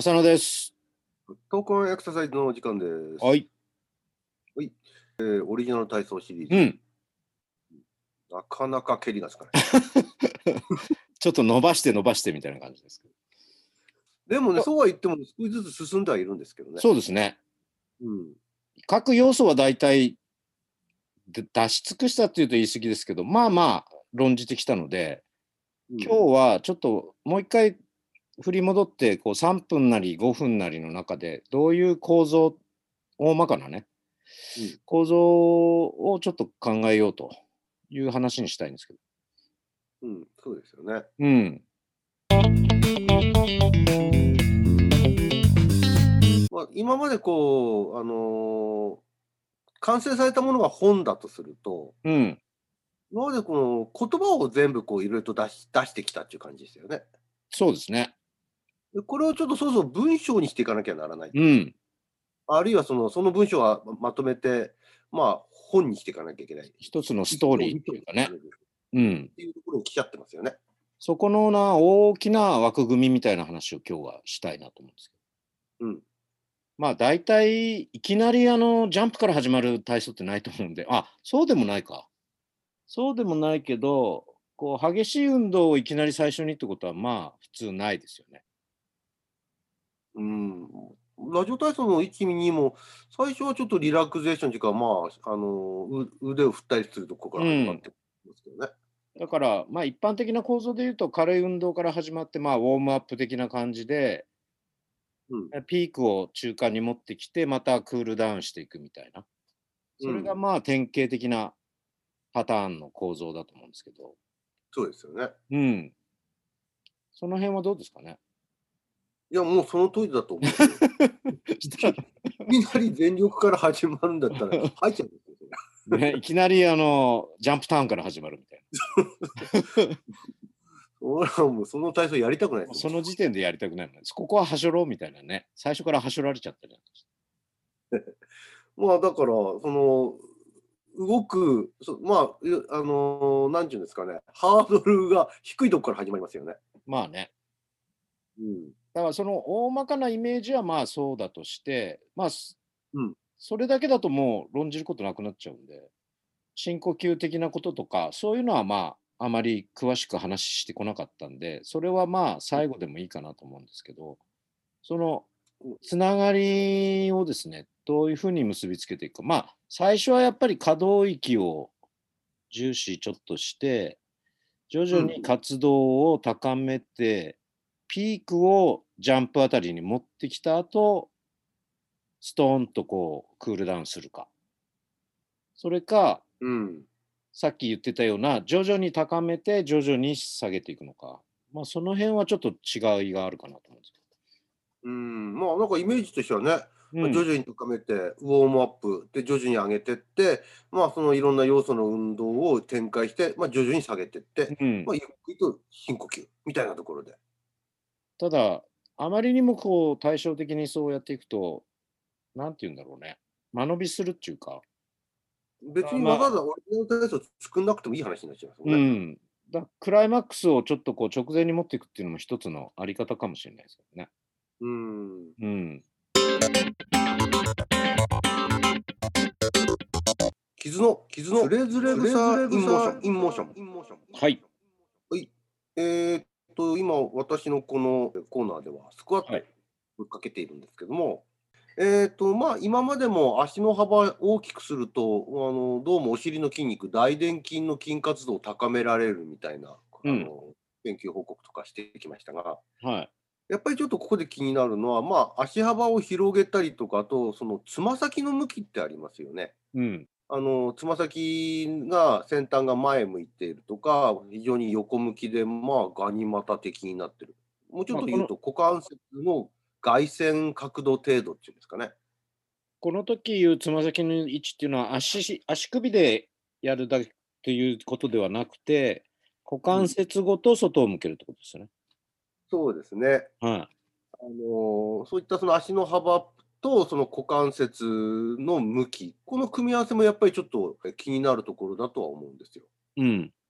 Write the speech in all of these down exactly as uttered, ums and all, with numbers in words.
浅野です。 闘魂エクササイズのお時間です。 はい。 はい。えーオリジナル体操シリーズ。 うん。 なかなか蹴りがつかない。 ちょっと伸ばして伸ばしてみたいな感じですけど。 でもね、 あ、 そうは言っても少しずつ進んではいるんですけどね。 そうですね。 うん。 各要素は大体で出し尽くしたっていうと言い過ぎですけど、まあまあ論じてきたので、 うん。 今日はちょっともう一回振り戻って、こうさんぷんなりごふんなりの中で、どういう構造、大まかなね、 うん。 構造をちょっと考えようという話にしたいんですけど。 うん。そうですよね。 うん。 まあ、今までこう、あのー完成されたものが本だとすると、 うん。 今までこの言葉を全部こういろいろと出し出してきたっていう感じですよね。 そうですね。 で、これをちょっとそろそろ文章にしていかなきゃならないと。 うん。 あるいはそのその文章はままとめて、まあ、本にしていかなきゃいけない。 一つのス一トーリーっ章二章ていうかね。 ダメです。 うん。 っていうところに来ちゃってますよね。 そこのな大きな枠組みみたいな話を今日はしたいなと思うんですけど。 うん。 まあ大体いきなりあのジャンプから始まる体操ってないと思うんで、あ、そうでもないか。そうでもないけど、こう激しい運動をいきなり最初にってことはまあ普通ないですよね。 うん。ラジオ体操のいち、にも、最初はちょっとリラクゼーションっていうか、まあ、あの、う腕を振ったりするとこから始まっうん。 てますけどね。 だからまあ一般的な構造で言うと軽い運動から始まってまあウォームアップ的な感じで、 うん。 ピークを中間に持ってきてまたクールダウンしていくみたいな。それがうん。 まあ典型的なパターンの構造だと思うんですけど。 そうですよね。 うん。その辺はどうですかね？ いや、もうその通りだと思いますよ。いきしたら、 いきなり全力から始まるんだったら、入っちゃうんですよ、それ。 ね、いきなりあの、ジャンプターンから始まるみたいな。 俺はもうその体操やりたくないですもん。 その時点でやりたくないもんね。ここははしょろうみたいなね。最初からはしょられちゃったりなんかして。 まあ、だから、その、動く、そまあ、ゆあの、なんていうんですかね、ハードルが低いとこから始まりますよね。 まあね。 うん。 だからその大まかなイメージはまあそうだとして、まあ、すうん。 それだけだともう論じることなくなっちゃうんで、深呼吸的なこととか、そういうのはまあ、あまり詳しく話してこなかったんで、それはまあ最後でもいいかなと思うんですけど、そのうん。 つながりをですね、どういうふうに結びつけていくか。まあ、最初はやっぱり可動域を重視ちょっとして、徐々 うん。 に活動を高めて、ピークをジャンプあたりに持ってきた後、ストーンとこうクールダウンするか。それか、 うん。 さっき言ってたような、徐々に高めて徐々に下げていくのか。まあ、その辺はちょっと違いがあるかなと思うんですけうん、まあ、なんかイメージとしてはね、 ど。うま、徐ん、 々に高めて、ウォームアップで徐々に上げてって、まあ、そのいろんな要素の運動を展開して、ま、徐々に下げてって、 うん。 ま、ゆっくりと深呼吸みたいなところで。 ただ、あまりにもこう対照的にそうやっていくと、なんて言うんだろうね、間延びするっていうか、あ、 別にわざわまあ、 ざオリジナル体操作んなくてもいい話になっちゃいますもんね。 うん、だクライマックスをちょっとこう直前に持っていくっていうのも一つのあり方かもしれないですけどね。 うーん。 うん。 傷の傷のつれづれ草インモーションインモーション。 はい。 はい。えーっと、今私のこのコーナーではスクワットをはい。 追っかけているんですけども、えっと、まあ、今までも足の幅を大きくすると、あの、どうもお尻の筋肉、大臀筋の筋活動を高められるみたいな、 うん。 あの、研究報告とかしてきましたが、 はい。 やっぱりちょっとここで気になるのは、まあ、足幅を広げたりとか、あと、そのつま先の向きってありますよね。 うん。 あの、つま先が先端が前向いているとか、非常に横向きで、まあ、ガニ股的になってる。もうちょっまあ、このと言うと、股関節の外旋角度程度っていうんですかね。 この時言うつま先の位置っていうのは、足し足首でやるだけっていうことではなくて、股関うん。 節ごと外を向けるってことですよね。 そうですね。 はい。 あの、そういったその足の幅とその股関節の向き、この組み合わせもやっぱりちょっと気になるところだとは思うんですよ。 うん。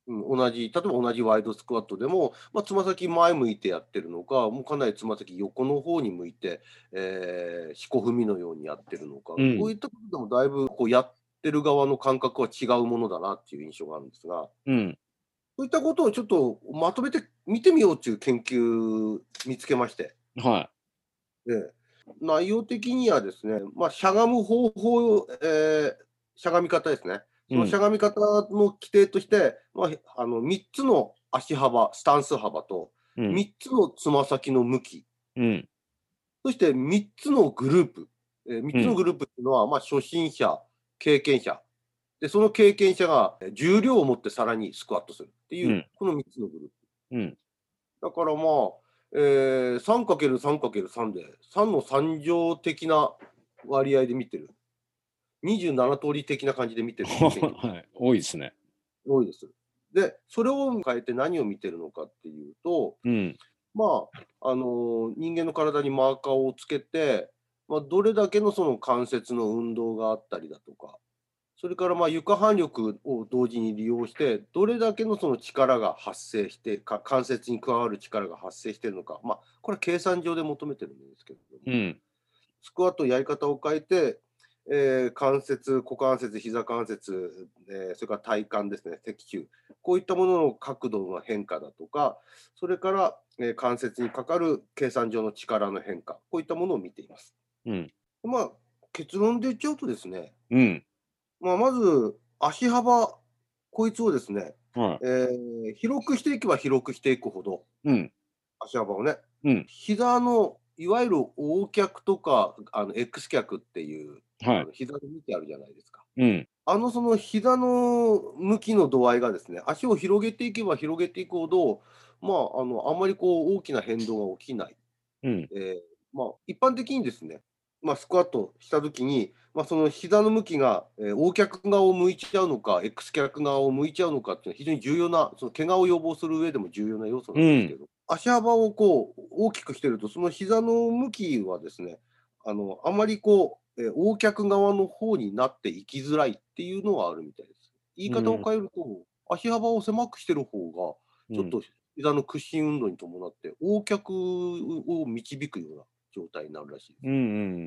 うん、同じ、例えば同じワイドスクワットでも、まあ、つま先前向いてやってるのか、もうかなりつま先横の方に向いて、えー、四股踏みのようにやってるのか、 うん。 こういったことでもだいぶこうやってる側の感覚は違うものだなっていう印象があるんですが、 うん。 そういったことをちょっとまとめて見てみようっていう研究見つけまして。 はええ、内容的にはですね、まあ、しゃがむ方法、えーしゃがみ方ですね。 い。うん。 そのしゃがみ方の規定として、まあ、あのみっつの足幅、スタンス幅と、 うん。 みっつのつま先の向き、 うん。 そしてみっつのグループ、えー、みっうん。 つのグループっていうのは、まあ、初心者、経験者、で、その経験者がえー重量を持ってさらにスクワットするっていう、 うん。 このみっつのグループ。 うん。 だからまあ、えー、さんかけるさんかけるさん で、さんのさん乗的な割合で見てる。にじゅうなな通り的な感じで見てるっていう研究はい。多いですね。 多いです。で、それを変えて何を見てるのかっていうと、 うん。 まあ、あの、人間の体にマーカーをつけて、まあ、どれだけのその関節の運動があったりだとか、それからまあ床反力を同時に利用して、どれだけのその力が発生して、か関節に加わる力が発生しているのか、まあ、これは計算上で求めてるんですけれども、 うん。 スクワットやり方を変えて、えー関節、股関節、膝関節、えーそれから体幹ですね、脊柱、こういったものの角度の変化だとか、それから、えー関節にかかる計算上の力の変化、こういったものを見ています。 うん。 まあ、結論で言っちゃうとですね、 うん。 まあ、まず足幅、こいつをですね、 はえー広くしていけば広くしていくほど、 い。うん。 足幅をね、 うん。 膝のいわゆる O 脚とかあの X 脚っていうはい。 あの膝の向きあるじゃないですか。 うん。 あのその膝の向きの度合いがですね、足を広げていけば広げていくほど、まあ、あのあんまりこう大きな変動が起きない。 うん。 えーまあ、一般的にですね、まあ、スクワットしたときに、まあ、その膝の向きが、えー O 脚側を向いちゃうのか、X 脚側を向いちゃうのかっていうのは非常に重要な、その怪我を予防する上でも重要な要素うん。 なんですけど、足幅をこう大きくしてると、その膝の向きはですね、あのあまりこう、えー O 脚側の方になっていきづらいっていうのはあるみたいです。言い方をうん。 変えると、足幅を狭くしてる方が、 うん。 ちょっと膝の屈伸運動に伴って、横脚を導くような状態になるらしいでうん。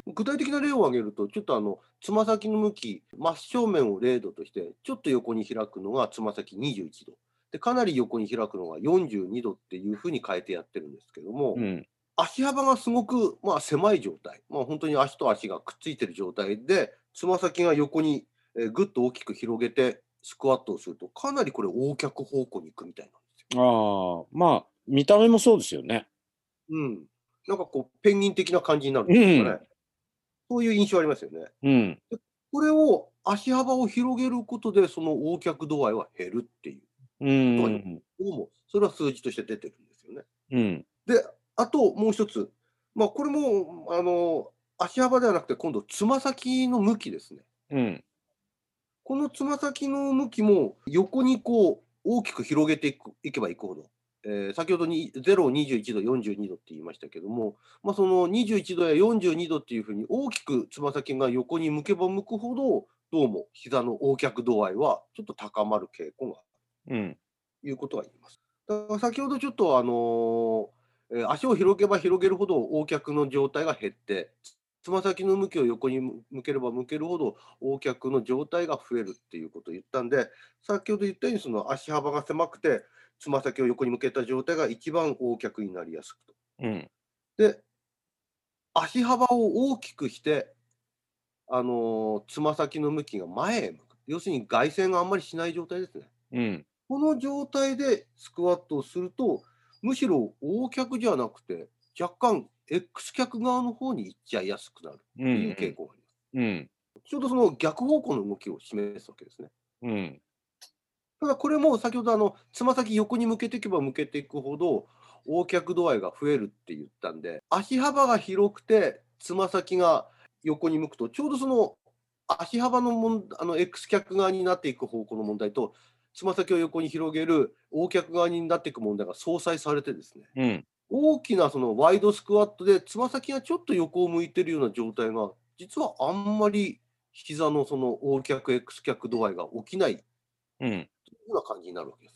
す。具体的な例を挙げると、ちょっとあの、つま先の向き、真正面をれいどとして、ちょっと横に開くのがつま先にじゅういちど。で、かなり横に開くのがよんじゅうにどっていうふうに変えてやってるんですけども、 うん。 足幅がすごく、まあ、狭い状態、まあ、本当に足と足がくっついてる状態で、つま先が横に、えーぐっと大きく広げてスクワットをすると、かなりこれ横脚方向に行くみたいなんですよ。 ああ、まあ、見た目もそうですよね。 うん。なんかこう、ペンギン的な感じになるっうていうんですかね。 ん。 そういう印象ありますよね。 うん。 で、これを足幅を広げることで、その横脚度合いは減るっていううことが、どん。 うも、それは数字として出てるんですよね。 うん。 で、あともう一つ、まあ、これも、あの、足幅ではなくて、今度つま先の向きですね。 うん。 このつま先の向きも横にこう大きく広げていくいけばいくほど、えー先ほどにゼロ、にじゅういちど、よんじゅうにどって言いましたけども、まあ、そのにじゅういちどやよんじゅうにどっていうふうに大きくつま先が横に向けば向くほど、どうも膝の横脚度合いはちょっと高まる傾向があうん。 るいうことが言えます。だから先ほどちょっとあのーえー足を広げば広げるほど横脚の状態が減って、つま先の向きを横に向ければ向けるほど横脚の状態が増えるっていうことを言ったんで、先ほど言ったようにその足幅が狭くて、つま先を横に向けた状態が一番横脚になりやすくと。 うん。 で、足幅を大きくして、あのつま先の向きが前へ向く。要するに外旋があんまりしない状態ですね。 うん。 この状態でスクワットをすると、むしろ横脚じゃなくて、若干 X 脚側の方に行っちゃいやすくなるうん。 っていう傾向があります。 うん。 ちょうどその逆方向の動きを示すわけですね。 うん。 ただこれも先ほどあのつま先横に向けていけば向けていくほど横脚度合いが増えるって言ったんで、足幅が広くてつま先が横に向くと、ちょうどその足幅のもんあの X 脚側になっていく方向の問題と、つま先を横に広げる横脚側になっていく問題が相殺されてですね、 うん。 大きなそのワイドスクワットでつま先がちょっと横を向いてるような状態が、実はあんまり膝のその横脚 X 脚度合いが起きないうん。 ような感じになるわけです。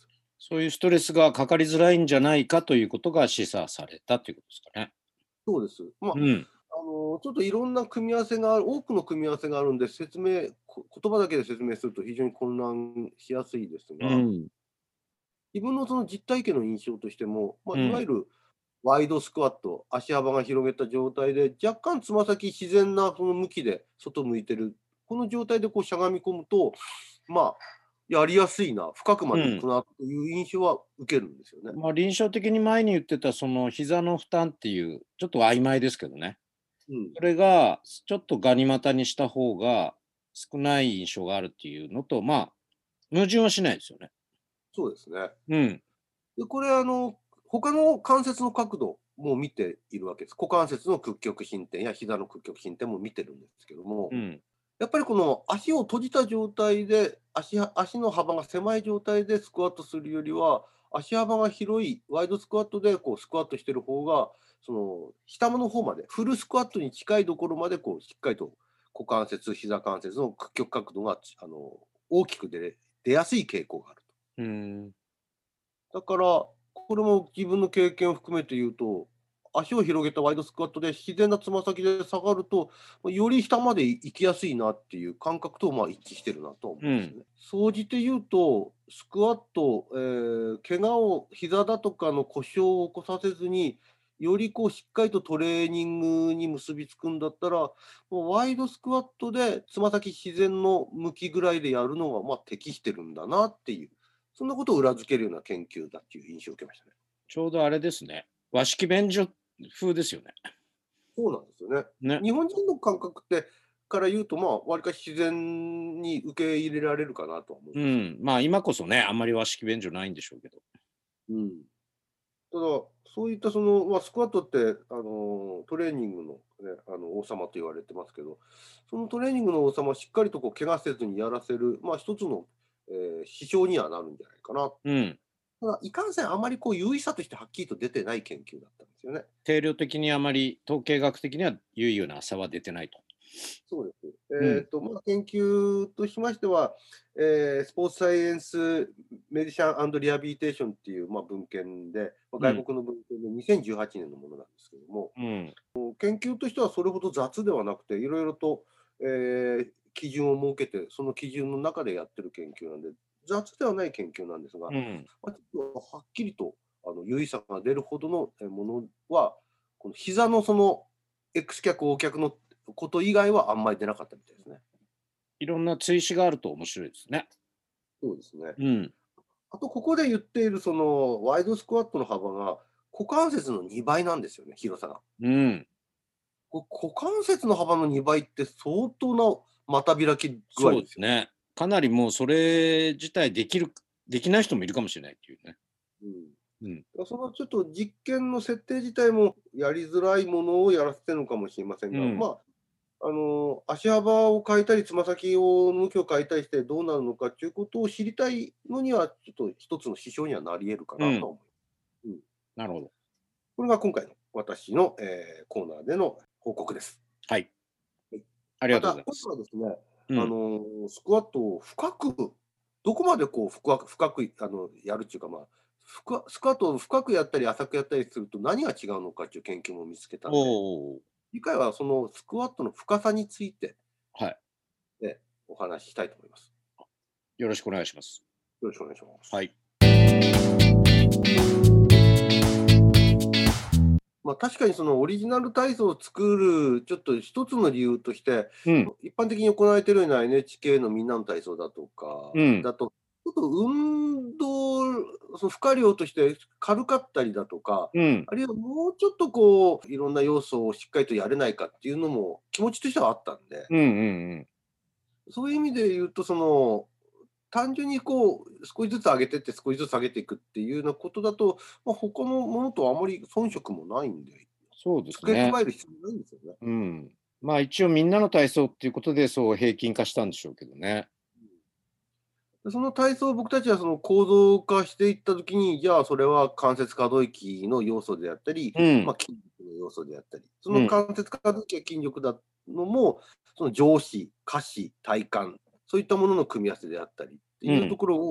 そういうストレスがかかりづらいんじゃないかということが示唆されたということですかね。 そうです。まあ、 うん。 あの、ちょっといろんな組み合わせがある多くの組み合わせがあるんで、説明こ言葉だけで説明すると非常に混乱しやすいですが、 うん。 自分のその実体験の印象としても、まあ、 うん。 いわゆるワイドスクワット、足幅が広げた状態で、若干つま先自然なその向きで外向いてる。この状態でこうしゃがみ込むと、まあ、やりやすいな、深くまうん。 で行くなという印象は受けるんですよね。 まあ、臨床的に前に言ってたその膝の負担っていう、ちょっと曖昧ですけどね。 うん、 それがちょっとガニ股にした方が少ない印象があるっていうのと、まあ、矛盾はしないですよね。 そうですね。 うん。 で、これあの、他の関節の角度も見ているわけです。股関節の屈曲伸展や膝の屈曲伸展も見てるんですけども、 うん。 やっぱりこの足を閉じた状態で、足は足の幅が狭い状態でスクワットするよりは、足幅が広いワイドスクワットでこうスクワットしてる方が、その下の方まで、フルスクワットに近いところまでこうしっかりと股関節、膝関節の屈曲角度があの大きく出出やすい傾向があると。 うん。 だから、これも自分の経験を含めて言うと、足を広げたワイドスクワットで自然なつま先で下がると、より下まで行きやすいなっていう感覚とまあ一致してるなと思うん。 うんですね。総じて言うと、スクワット、えー、怪我を、膝だとかの故障を起こさせずに、よりこうしっかりとトレーニングに結びつくんだったら、もうワイドスクワットでつま先自然の向きぐらいでやるのがまあ適してるんだなっていう。そんなことを裏付けるような研究だっていう印象を受けましたね。 ちょうどあれですね。和式便所風ですよね。 そうなんですよね。 ね。 日本人の感覚ってから言うと、まあ、わりかし自然に受け入れられるかなとは思いますけど。 うん。まあ、今こそね、あんまり和式便所ないんでしょうけど。 うん。ただ、そういったその、まあ、スクワットって、あの、トレーニングのね、あの、王様と言われてますけど、そのトレーニングの王様をしっかりとこう怪我せずにやらせる、まあ、一つの、えー指標にはなるんじゃないかな。 うん。 ただ、いかんせんあまりこう優位さとしてはっきりと出てない研究だったんですよね。 定量的にあまり、統計学的には有意義な差は出てないと。 そうです。 うん。 えっと、まあ、研究としましては、えースポーツサイエンスメディシャンリハビリテーションっていう、まあ、文献で、まあ、 うん。 外国の文献でにせんじゅうはちねんのものなんですけども、 うん。 研究としてはそれほど雑ではなくて、いろいろと、えー基準を設けて、その基準の中でやってる研究なんで、雑ではない研究なんですが、 うん。 まあ、ちょっとはっきりとあの有意差が出るほどのえーものは、この膝のその X 脚、O 脚のこと以外はあんまり出なかったみたいですね。 いろんな追試があると面白いですね。 そうですね。 うん。 あと、ここで言っているそのワイドスクワットの幅が股関節のにばいなんですよね、広さが。 うん。 こ股関節の幅のにばいって相当な股開き具合そうですよ。 ですね。かなりもうそれ自体できるできない人もいるかもしれないっていうね。 うん。 うん。 そのちょっと実験の設定自体もやりづらいものをやらせてるのかもしれませんが、 うん。 まあ、あの、足幅を変えたり、つま先を向きを変えたりしてどうなるのかっていうことを知りたいのには、ちょっと一つの指標にはなり得るかうん。 なと思う。うん。 なるほど。 これが今回の私の、えーコーナーでの報告です。 はい。 はい。 ありがとうごまた、今ざいます。 度はですね、 うん。 あの、スクワットを深く、どこまでこう深く深くあのやるっていうか、まあ、スクワスクワットを深くやったり浅くやったりすると何が違うのかっていう研究も見つけたんで、 おお。 次回はそのスクワットの深さについて、 はい。 ね、お話ししたいと思います。 よろしくお願いします。 よろしくお願いします。 はい。 まあ、確かにそのオリジナル体操を作るちょっと一つの理由として、 うん。 一般的に行われているような エヌエイチケー のみんなの体操だとかうん。 だと、ちょっと運動、その負荷量として軽かったりだとか、 うん。 あるいはもうちょっとこう、いろんな要素をしっかりとやれないかっていうのも気持ちとしてはあったんで、 うんうんうん。 そういう意味で言うと、その、単純にこう、少しずつ上げてって少しずつ下げていくっていうようなことだと、まあ、他のものとあまり遜色もないんで、 そうです付けね。 加える必要ないんですよね。 うん。まあ、一応みんなの体操っていうことで、そう平均化したんでしょうけどね。 で、その体操を僕たちはその構造化していったときに、じゃあそれは関節可動域の要素であったり、 うん。 まあ、筋力の要素であったり、そうん。 の関節可動域や筋力だのも、その上肢、下肢、体幹、そういったものの組み合わせであったりっていうとうん。 ころを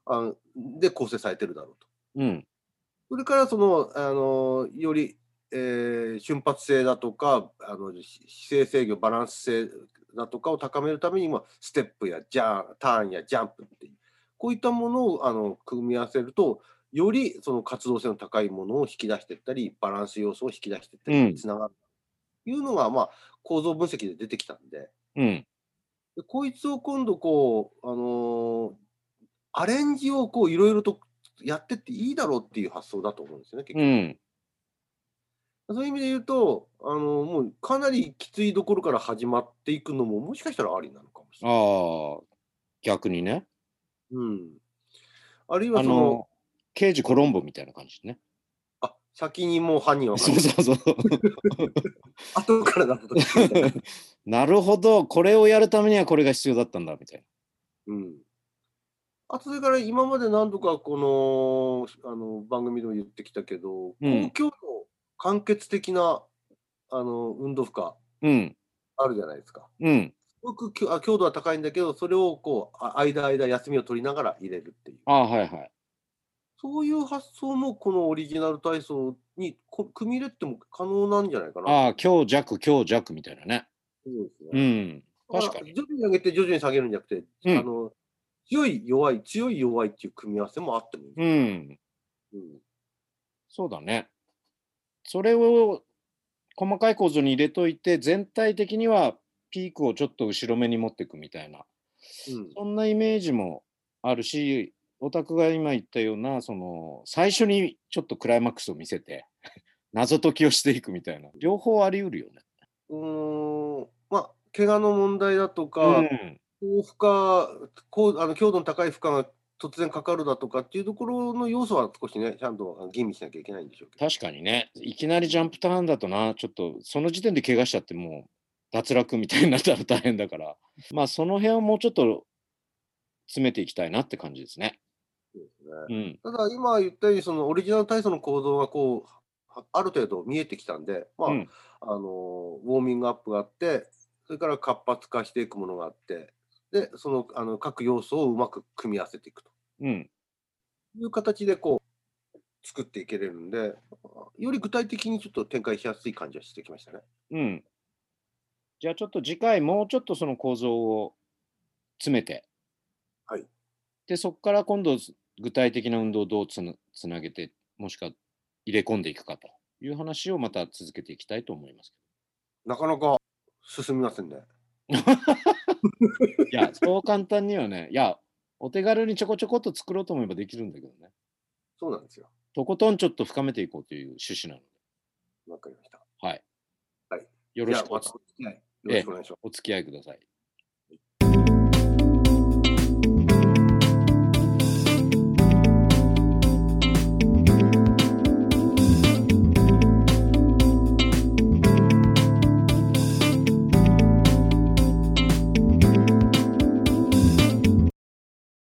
あので構成されてるだろうと。 うん。 それからその、あの、より、えー瞬発性だとか、あの、し姿勢制御、バランス性だとかを高めるために、まあ、ステップやジャンターンやジャンプっていう、こういったものをあの組み合わせると、よりその活動性の高いものを引き出していったり、バランス要素を引き出していったりにうん。 つながるというのが、まあ、構造分析で出てきたんで、 うん。 で、こいつを今度こう、あの、アレンジをこういろいろとやってっていいだろうっていう発想だと思うんですよね、結局。 うん。 そういう意味で言うと、あの、もうかなりきついところから始まっていくのも、もしかしたらありなのかもしれない。 ああ、逆にね。 うん。あるいはその、 あの、刑事うん、 コロンボみたいな感じね。 あ、先にもう犯人分かそうってて、 そうそう。 後からだった時みたいな。 なるほど、これをやるためにはこれが必要だったんだみたいな。 うん。あとそれから今まで何度かこの、あの、番組でも言ってきたけど、 うん。 公共の間欠的な、あの、運動負荷うん。 あるじゃないですか。 うん。 すごくきょあ、強度は高いんだけど、それをこう、あ間間休みを取りながら入れるっていう。 ああ、はいはい。 そういう発想もこのオリジナル体操にこ組み入れても可能なんじゃないかなとああ、 思う。 強弱、強弱みたいなね。 そうですね。 うん。 だから確かに。 徐々に上げて徐々に下げるんじゃなくて、 うん。 あの、強い弱い、強い弱いっていう組み合わせもあってもいいんじうゃないかな。 ん。 うん。 そうだね。それを細かい構造に入れといて、全体的にはピークをちょっと後ろ目に持っていくみたいな、 うん。 そんなイメージもあるし、オタクが今言ったような、その、最初にちょっとクライマックスを見せて、謎解きをしていくみたいな、両方あり得るよね。 うーん、まあ、怪我の問題だとうか、 ん。 高負荷こうあの強度の高い負荷が突然かかるだとかっていうところの要素は少しね、ちゃんとあ吟味しなきゃいけないんでしょうけど。 確かにね、いきなりジャンプターンだとな、ちょっとその時点で怪我しちゃってもう脱落みたいになったら大変だから、まあ、その辺はもうちょっと詰めていきたいなって感じですね。 そうですね。 うん。 ただ今言ったようにそのオリジナル体操の構造がこう、はある程度見えてきたんで、まうん。 あ、あの、ウォーミングアップがあって、それから活発化していくものがあって、で、その、あの、各要素をうまく組み合わせていくとうん。 いう形でこう作っていけれるんで、より具体的にちょっと展開しやすい感じはしてきましたね。 うん。じゃあちょっと次回もうちょっとその構造を詰めて、 はい。 で、そこから今度具体的な運動をどうつなつなげて、もしくは入れ込んでいくかという話をまた続けていきたいと思います。 なかなか進みませんね。 いや、そう簡単にはね、いや、お手軽にちょこちょこっと作ろうと思えばできるんだけどね。 そうなんですよ。 とことんちょっと深めていこうという趣旨なので、 わかりました。 はい。 はい。 よろじゃあ、ましくおつたお付き合いよろええ、 しくお願いします。 お付き合いください。